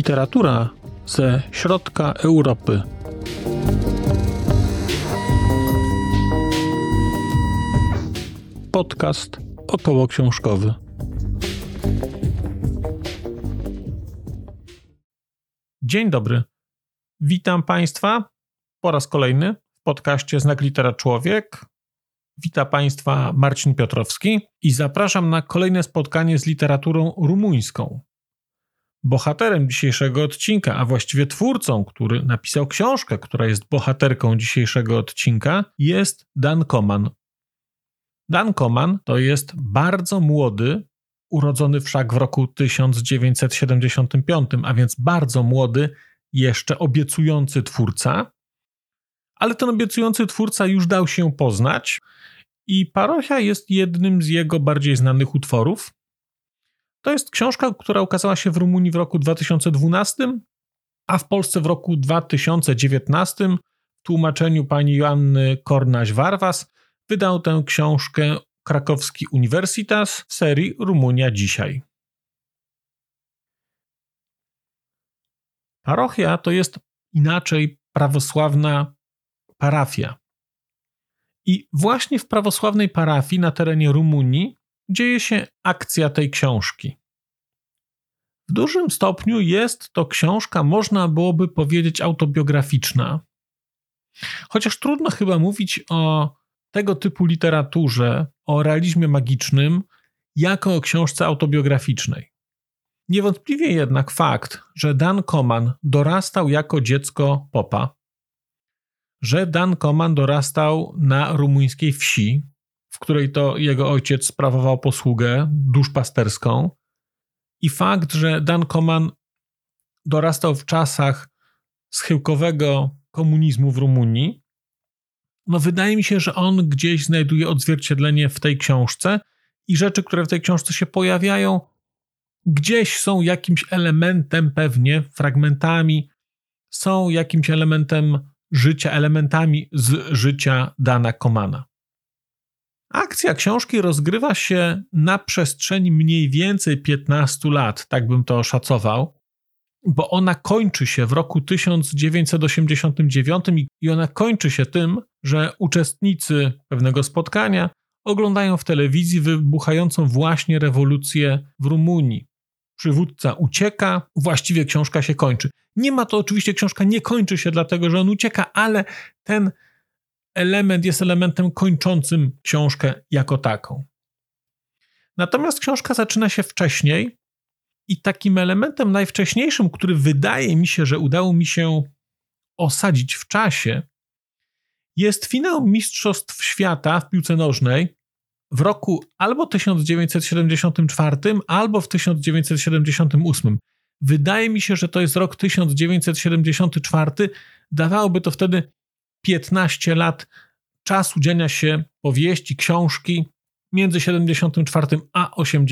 Literatura ze środka Europy. Podcast okołoksiążkowy. Dzień dobry. Witam Państwa po raz kolejny w podcaście Znak Litera Człowiek. Witam Państwa Marcin Piotrowski i zapraszam na kolejne spotkanie z literaturą rumuńską. Bohaterem dzisiejszego odcinka, a właściwie twórcą, który napisał książkę, która jest bohaterką dzisiejszego odcinka, jest Dan Koman. Dan Koman to jest bardzo młody, urodzony wszak w roku 1975, a więc bardzo młody, jeszcze obiecujący twórca, ale ten obiecujący twórca już dał się poznać i Parochia jest jednym z jego bardziej znanych utworów. To jest książka, która ukazała się w Rumunii w roku 2012, a w Polsce w roku 2019 w tłumaczeniu pani Joanny Cornaș-Varvas wydał tę książkę Krakowski Universitas w serii Rumunia dzisiaj. Parochia to jest inaczej prawosławna parafia. I właśnie w prawosławnej parafii na terenie Rumunii dzieje się akcja tej książki. W dużym stopniu jest to książka, można byłoby powiedzieć, autobiograficzna. Chociaż trudno chyba mówić o tego typu literaturze, o realizmie magicznym, jako o książce autobiograficznej. Niewątpliwie jednak fakt, że Dan Koman dorastał jako dziecko popa, że Dan Koman dorastał na rumuńskiej wsi, w której to jego ojciec sprawował posługę duszpasterską, i fakt, że Dan Koman dorastał w czasach schyłkowego komunizmu w Rumunii, wydaje mi się, że on gdzieś znajduje odzwierciedlenie w tej książce i rzeczy, które w tej książce się pojawiają, gdzieś są jakimś elementem, pewnie fragmentami, są jakimś elementem życia, elementami z życia Dana Komana. Akcja książki rozgrywa się na przestrzeni mniej więcej 15 lat, tak bym to oszacował, bo ona kończy się w roku 1989 i ona kończy się tym, że uczestnicy pewnego spotkania oglądają w telewizji wybuchającą właśnie rewolucję w Rumunii. Przywódca ucieka, właściwie książka się kończy. Nie ma to oczywiście, książka nie kończy się dlatego, że on ucieka, ale ten element jest elementem kończącym książkę jako taką. Natomiast książka zaczyna się wcześniej i takim elementem najwcześniejszym, który wydaje mi się, że udało mi się osadzić w czasie, jest finał Mistrzostw Świata w piłce nożnej w roku albo 1974, albo w 1978. Wydaje mi się, że to jest rok 1974. Dawałoby to wtedy 15 lat czasu dziania się powieści, książki między 74 a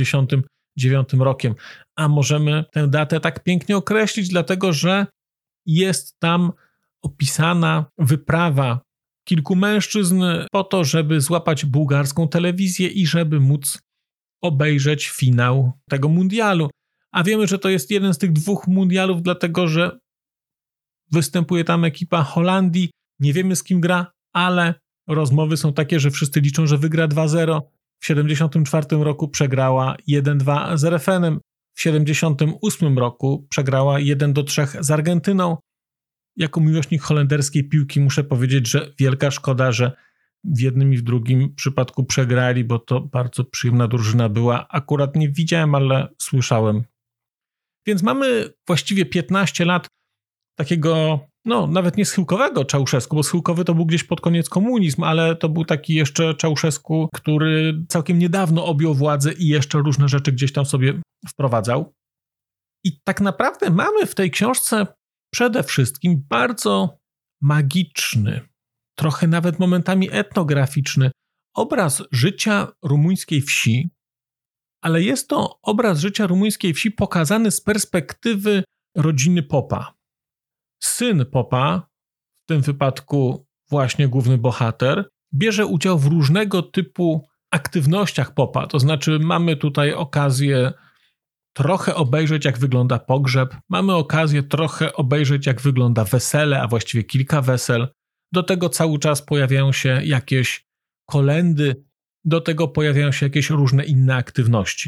89 rokiem. A możemy tę datę tak pięknie określić, dlatego że jest tam opisana wyprawa kilku mężczyzn po to, żeby złapać bułgarską telewizję i żeby móc obejrzeć finał tego mundialu. A wiemy, że to jest jeden z tych dwóch mundialów, dlatego że występuje tam ekipa Holandii. Nie wiemy, z kim gra, ale rozmowy są takie, że wszyscy liczą, że wygra 2-0. W 1974 roku przegrała 1-2 z RFN-em. W 1978 roku przegrała 1-3 z Argentyną. Jako miłośnik holenderskiej piłki muszę powiedzieć, że wielka szkoda, że w jednym i w drugim przypadku przegrali, bo to bardzo przyjemna drużyna była. Akurat nie widziałem, ale słyszałem. Więc mamy właściwie 15 lat takiego, nawet nie schyłkowego Ceausescu, bo schyłkowy to był gdzieś pod koniec komunizm, ale to był taki jeszcze Ceausescu, który całkiem niedawno objął władzę i jeszcze różne rzeczy gdzieś tam sobie wprowadzał. I tak naprawdę mamy w tej książce przede wszystkim bardzo magiczny, trochę nawet momentami etnograficzny obraz życia rumuńskiej wsi, ale jest to obraz życia rumuńskiej wsi pokazany z perspektywy rodziny popa. Syn popa, w tym wypadku właśnie główny bohater, bierze udział w różnego typu aktywnościach popa, to znaczy mamy tutaj okazję trochę obejrzeć, jak wygląda pogrzeb, mamy okazję trochę obejrzeć, jak wygląda wesele, a właściwie kilka wesel. Do tego cały czas pojawiają się jakieś kolędy, do tego pojawiają się jakieś różne inne aktywności.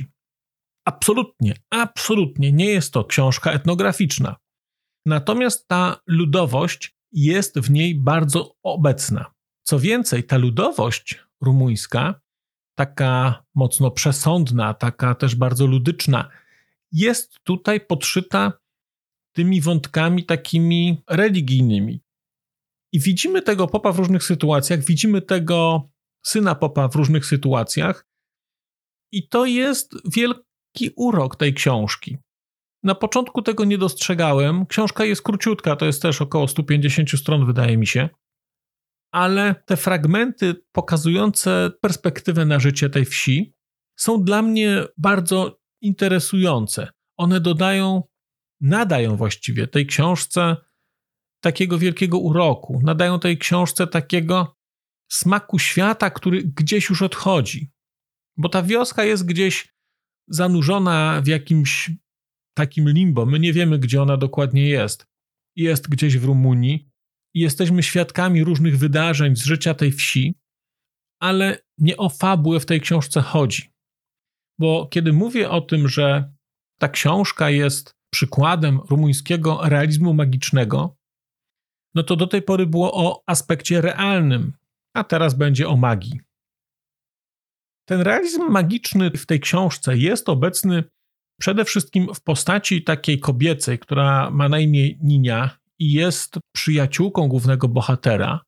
Absolutnie nie jest to książka etnograficzna. Natomiast ta ludowość jest w niej bardzo obecna. Co więcej, ta ludowość rumuńska, taka mocno przesądna, taka też bardzo ludyczna, jest tutaj podszyta tymi wątkami takimi religijnymi. I widzimy tego popa w różnych sytuacjach, widzimy tego syna popa w różnych sytuacjach i to jest wielki urok tej książki. Na początku tego nie dostrzegałem. Książka jest króciutka, to jest też około 150 stron, wydaje mi się. Ale te fragmenty pokazujące perspektywę na życie tej wsi są dla mnie bardzo interesujące. One nadają właściwie tej książce takiego wielkiego uroku, nadają tej książce takiego smaku świata, który gdzieś już odchodzi. Bo ta wioska jest gdzieś zanurzona w jakimś takim limbo. My nie wiemy, gdzie ona dokładnie jest. Jest gdzieś w Rumunii i jesteśmy świadkami różnych wydarzeń z życia tej wsi, ale nie o fabułę w tej książce chodzi. Bo kiedy mówię o tym, że ta książka jest przykładem rumuńskiego realizmu magicznego, no to do tej pory było o aspekcie realnym, a teraz będzie o magii. Ten realizm magiczny w tej książce jest obecny przede wszystkim w postaci takiej kobiecej, która ma na imię Ninia i jest przyjaciółką głównego bohatera,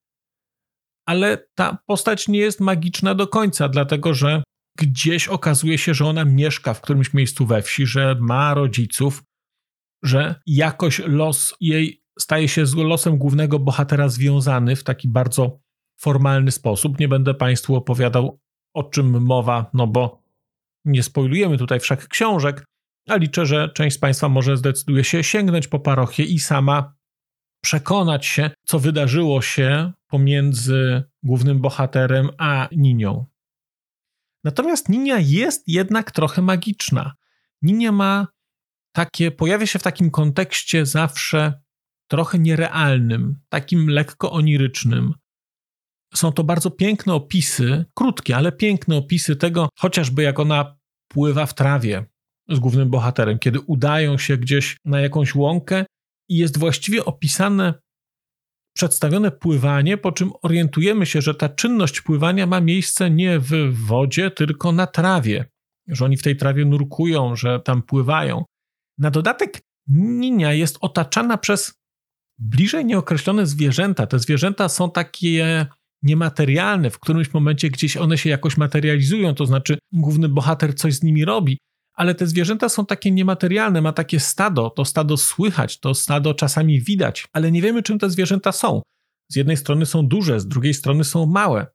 ale ta postać nie jest magiczna do końca, dlatego że gdzieś okazuje się, że ona mieszka w którymś miejscu we wsi, że ma rodziców, że jakoś los jej staje się z losem głównego bohatera związany w taki bardzo formalny sposób. Nie będę Państwu opowiadał, o czym mowa, no bo nie spoilujemy tutaj wszak książek, a liczę, że część z Państwa może zdecyduje się sięgnąć po parochię i sama przekonać się, co wydarzyło się pomiędzy głównym bohaterem a Ninią. Natomiast Ninia jest jednak trochę magiczna. Ninia pojawia się w takim kontekście zawsze trochę nierealnym, takim lekko onirycznym. Są to bardzo piękne opisy, krótkie, ale piękne opisy tego, chociażby jak ona pływa w trawie z głównym bohaterem, kiedy udają się gdzieś na jakąś łąkę i jest właściwie przedstawione pływanie, po czym orientujemy się, że ta czynność pływania ma miejsce nie w wodzie, tylko na trawie, że oni w tej trawie nurkują, że tam pływają. Na dodatek Ninia jest otaczana przez bliżej nieokreślone zwierzęta. Te zwierzęta są takie niematerialne, w którymś momencie gdzieś one się jakoś materializują, to znaczy główny bohater coś z nimi robi, ale te zwierzęta są takie niematerialne, ma takie stado, to stado słychać, to stado czasami widać, ale nie wiemy, czym te zwierzęta są. Z jednej strony są duże, z drugiej strony są małe.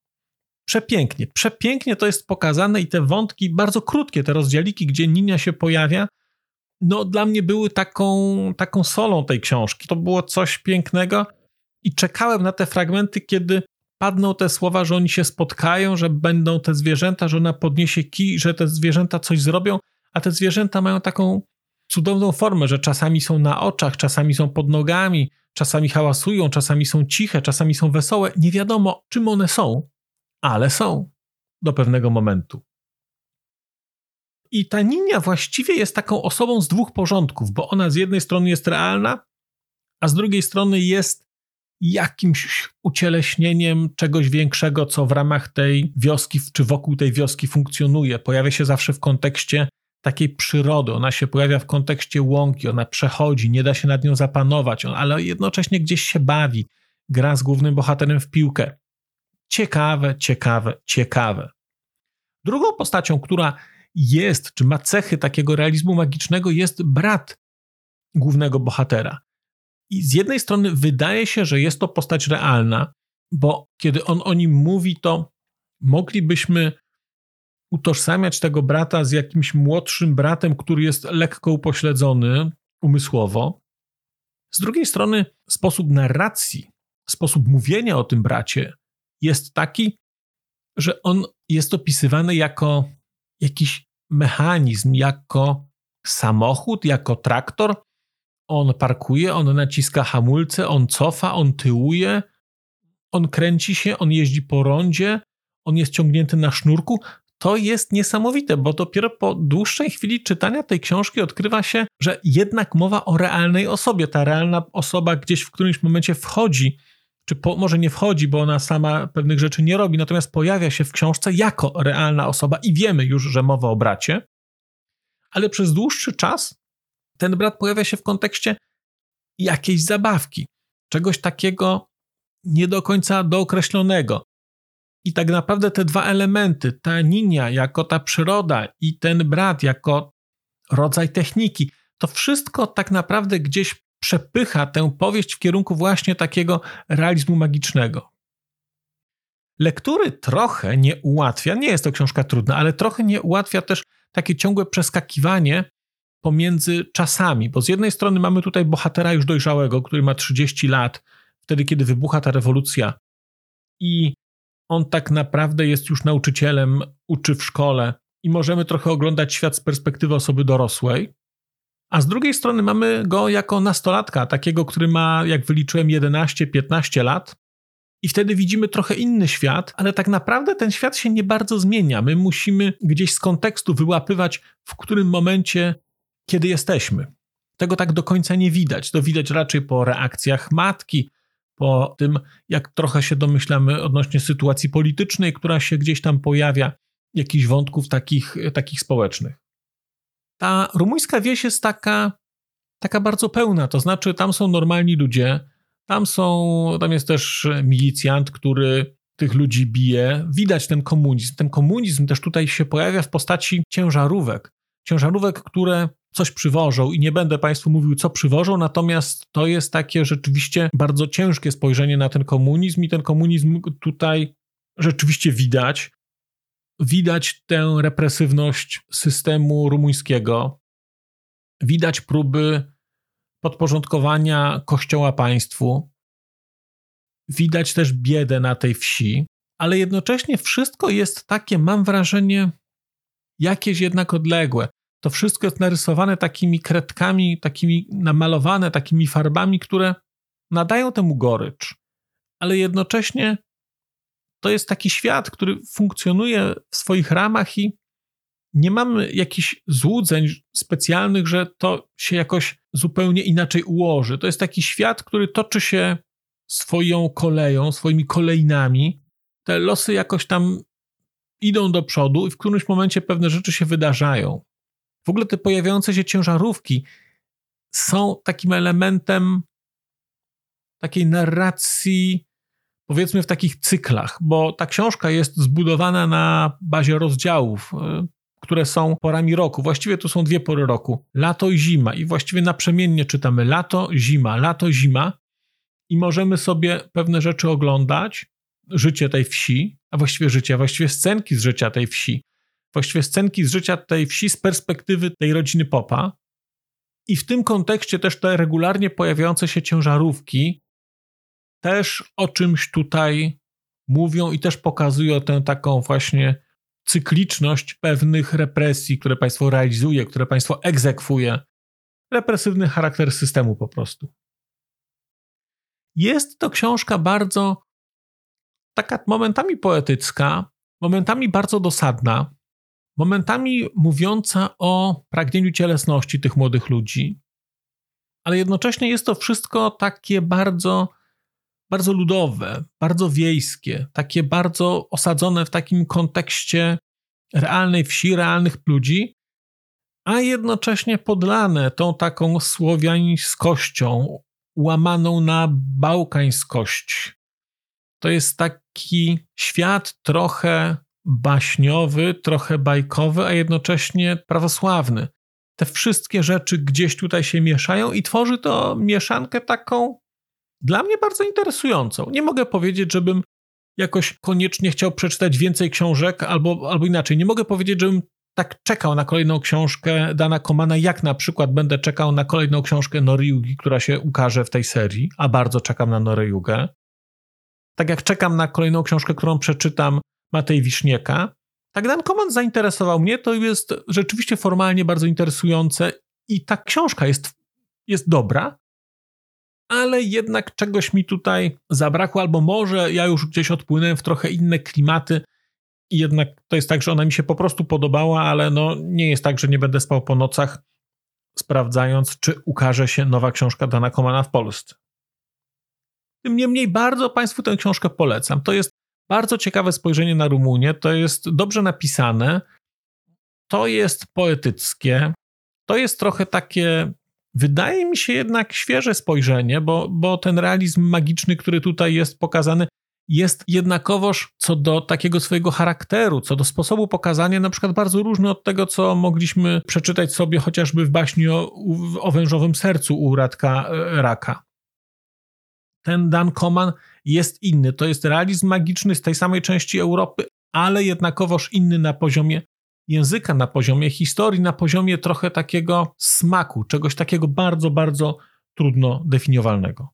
Przepięknie to jest pokazane i te wątki, bardzo krótkie, te rozdziałiki, gdzie Ninia się pojawia, no dla mnie były taką solą tej książki. To było coś pięknego i czekałem na te fragmenty, kiedy padną te słowa, że oni się spotkają, że będą te zwierzęta, że ona podniesie kij, że te zwierzęta coś zrobią, a te zwierzęta mają taką cudowną formę, że czasami są na oczach, czasami są pod nogami, czasami hałasują, czasami są ciche, czasami są wesołe. Nie wiadomo, czym one są, ale są do pewnego momentu. I ta Ninia właściwie jest taką osobą z dwóch porządków, bo ona z jednej strony jest realna, a z drugiej strony jest jakimś ucieleśnieniem czegoś większego, co w ramach tej wioski, czy wokół tej wioski funkcjonuje. Pojawia się zawsze w kontekście takiej przyrody, ona się pojawia w kontekście łąki, ona przechodzi, nie da się nad nią zapanować, ale jednocześnie gdzieś się bawi, gra z głównym bohaterem w piłkę. Ciekawe. Drugą postacią, która jest, czy ma cechy takiego realizmu magicznego, jest brat głównego bohatera. I z jednej strony wydaje się, że jest to postać realna, bo kiedy on o nim mówi, to moglibyśmy utożsamiać tego brata z jakimś młodszym bratem, który jest lekko upośledzony umysłowo. Z drugiej strony sposób narracji, sposób mówienia o tym bracie jest taki, że on jest opisywany jako jakiś mechanizm, jako samochód, jako traktor. On parkuje, on naciska hamulce, on cofa, on tyłuje, on kręci się, on jeździ po rondzie, on jest ciągnięty na sznurku. To jest niesamowite, bo dopiero po dłuższej chwili czytania tej książki odkrywa się, że jednak mowa o realnej osobie. Ta realna osoba gdzieś w którymś momencie wchodzi, czy może nie wchodzi, bo ona sama pewnych rzeczy nie robi, natomiast pojawia się w książce jako realna osoba i wiemy już, że mowa o bracie, ale przez dłuższy czas ten brat pojawia się w kontekście jakiejś zabawki, czegoś takiego nie do końca dookreślonego. I tak naprawdę te dwa elementy, ta Ninia jako ta przyroda i ten brat jako rodzaj techniki, to wszystko tak naprawdę gdzieś przepycha tę powieść w kierunku właśnie takiego realizmu magicznego. Lektury trochę nie ułatwia, nie jest to książka trudna, ale trochę nie ułatwia też takie ciągłe przeskakiwanie pomiędzy czasami, bo z jednej strony mamy tutaj bohatera już dojrzałego, który ma 30 lat, wtedy kiedy wybucha ta rewolucja i on tak naprawdę jest już nauczycielem, uczy w szkole i możemy trochę oglądać świat z perspektywy osoby dorosłej, a z drugiej strony mamy go jako nastolatka, takiego, który ma, jak wyliczyłem, 11-15 lat i wtedy widzimy trochę inny świat, ale tak naprawdę ten świat się nie bardzo zmienia. My musimy gdzieś z kontekstu wyłapywać, w którym momencie, kiedy jesteśmy. Tego tak do końca nie widać. To widać raczej po reakcjach matki, po tym, jak trochę się domyślamy odnośnie sytuacji politycznej, która się gdzieś tam pojawia, jakichś wątków takich społecznych. Ta rumuńska wieś jest taka bardzo pełna, to znaczy tam są normalni ludzie, tam jest też milicjant, który tych ludzi bije. Widać ten komunizm. Ten komunizm też tutaj się pojawia w postaci ciężarówek. Ciężarówek, które coś przywożą i nie będę Państwu mówił, co przywożą, natomiast to jest takie rzeczywiście bardzo ciężkie spojrzenie na ten komunizm i ten komunizm tutaj rzeczywiście widać. Widać tę represywność systemu rumuńskiego. Widać próby podporządkowania kościoła państwu. Widać też biedę na tej wsi, ale jednocześnie wszystko jest takie, mam wrażenie, jakieś jednak odległe. To wszystko jest narysowane takimi kredkami, takimi namalowane takimi farbami, które nadają temu gorycz. Ale jednocześnie to jest taki świat, który funkcjonuje w swoich ramach i nie mamy jakichś złudzeń specjalnych, że to się jakoś zupełnie inaczej ułoży. To jest taki świat, który toczy się swoją koleją, swoimi kolejnami. Te losy jakoś tam idą do przodu i w którymś momencie pewne rzeczy się wydarzają. W ogóle te pojawiające się ciężarówki są takim elementem takiej narracji, powiedzmy w takich cyklach, bo ta książka jest zbudowana na bazie rozdziałów, które są porami roku. Właściwie to są dwie pory roku. Lato i zima i właściwie naprzemiennie czytamy lato, zima i możemy sobie pewne rzeczy oglądać, życie tej wsi, a właściwie scenki z życia tej wsi. Właściwie scenki z życia tej wsi z perspektywy tej rodziny Popa. I w tym kontekście też te regularnie pojawiające się ciężarówki też o czymś tutaj mówią i też pokazują tę taką właśnie cykliczność pewnych represji, które państwo realizuje, które państwo egzekwuje. Represywny charakter systemu po prostu. Jest to książka bardzo taka momentami poetycka, momentami bardzo dosadna, momentami mówiąca o pragnieniu cielesności tych młodych ludzi, ale jednocześnie jest to wszystko takie bardzo, bardzo ludowe, bardzo wiejskie, takie bardzo osadzone w takim kontekście realnej wsi, realnych ludzi, a jednocześnie podlane tą taką słowiańskością, łamaną na bałkańskość. To jest taki świat trochę baśniowy, trochę bajkowy, a jednocześnie prawosławny. Te wszystkie rzeczy gdzieś tutaj się mieszają i tworzy to mieszankę taką dla mnie bardzo interesującą. Nie mogę powiedzieć, żebym jakoś koniecznie chciał przeczytać więcej książek, albo inaczej. Nie mogę powiedzieć, żebym tak czekał na kolejną książkę Dana Komana, jak na przykład będę czekał na kolejną książkę Noryugi, która się ukaże w tej serii, a bardzo czekam na Noryugę. Tak jak czekam na kolejną książkę, którą przeczytam Matej Wiśnieka, Tak, Dan Coman zainteresował mnie, to jest rzeczywiście formalnie bardzo interesujące i ta książka jest dobra, ale jednak czegoś mi tutaj zabrakło, albo może ja już gdzieś odpłynąłem w trochę inne klimaty i jednak to jest tak, że ona mi się po prostu podobała, ale nie jest tak, że nie będę spał po nocach sprawdzając, czy ukaże się nowa książka Dana Comana w Polsce. Tym niemniej bardzo Państwu tę książkę polecam. To jest bardzo ciekawe spojrzenie na Rumunię, to jest dobrze napisane, to jest poetyckie, to jest trochę takie, wydaje mi się jednak świeże spojrzenie, bo ten realizm magiczny, który tutaj jest pokazany, jest jednakowoż co do takiego swojego charakteru, co do sposobu pokazania, na przykład bardzo różny od tego, co mogliśmy przeczytać sobie chociażby w baśni o wężowym sercu u Radka Raka. Ten Dan Coman jest inny. To jest realizm magiczny z tej samej części Europy, ale jednakowoż inny na poziomie języka, na poziomie historii, na poziomie trochę takiego smaku, czegoś takiego bardzo, bardzo trudno definiowalnego.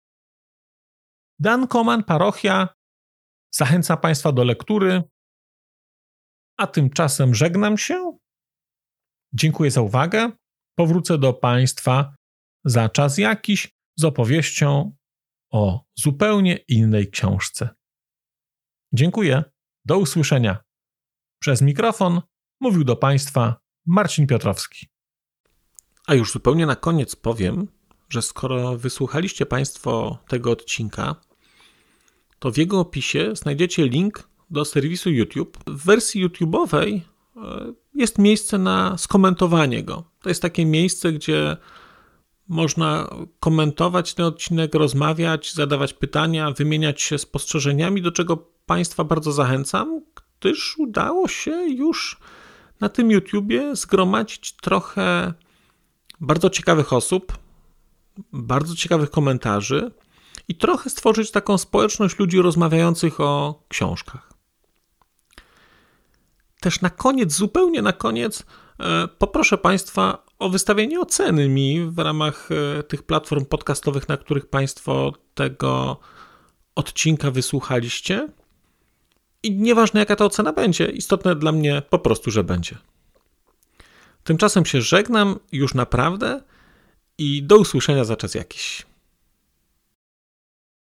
Dan Coman, Parochia, zachęca Państwa do lektury, a tymczasem żegnam się. Dziękuję za uwagę. Powrócę do Państwa za czas jakiś z opowieścią o zupełnie innej książce. Dziękuję. Do usłyszenia. Przez mikrofon mówił do Państwa Marcin Piotrowski. A już zupełnie na koniec powiem, że skoro wysłuchaliście Państwo tego odcinka, to w jego opisie znajdziecie link do serwisu YouTube. W wersji YouTube'owej jest miejsce na skomentowanie go. To jest takie miejsce, gdzie można komentować ten odcinek, rozmawiać, zadawać pytania, wymieniać się spostrzeżeniami, do czego Państwa bardzo zachęcam, gdyż udało się już na tym YouTubie zgromadzić trochę bardzo ciekawych osób, bardzo ciekawych komentarzy i trochę stworzyć taką społeczność ludzi rozmawiających o książkach. Też na koniec, zupełnie na koniec, poproszę Państwa o wystawienie oceny mi w ramach tych platform podcastowych, na których Państwo tego odcinka wysłuchaliście. I nieważne jaka ta ocena będzie, istotne dla mnie po prostu, że będzie. Tymczasem się żegnam już naprawdę i do usłyszenia za czas jakiś.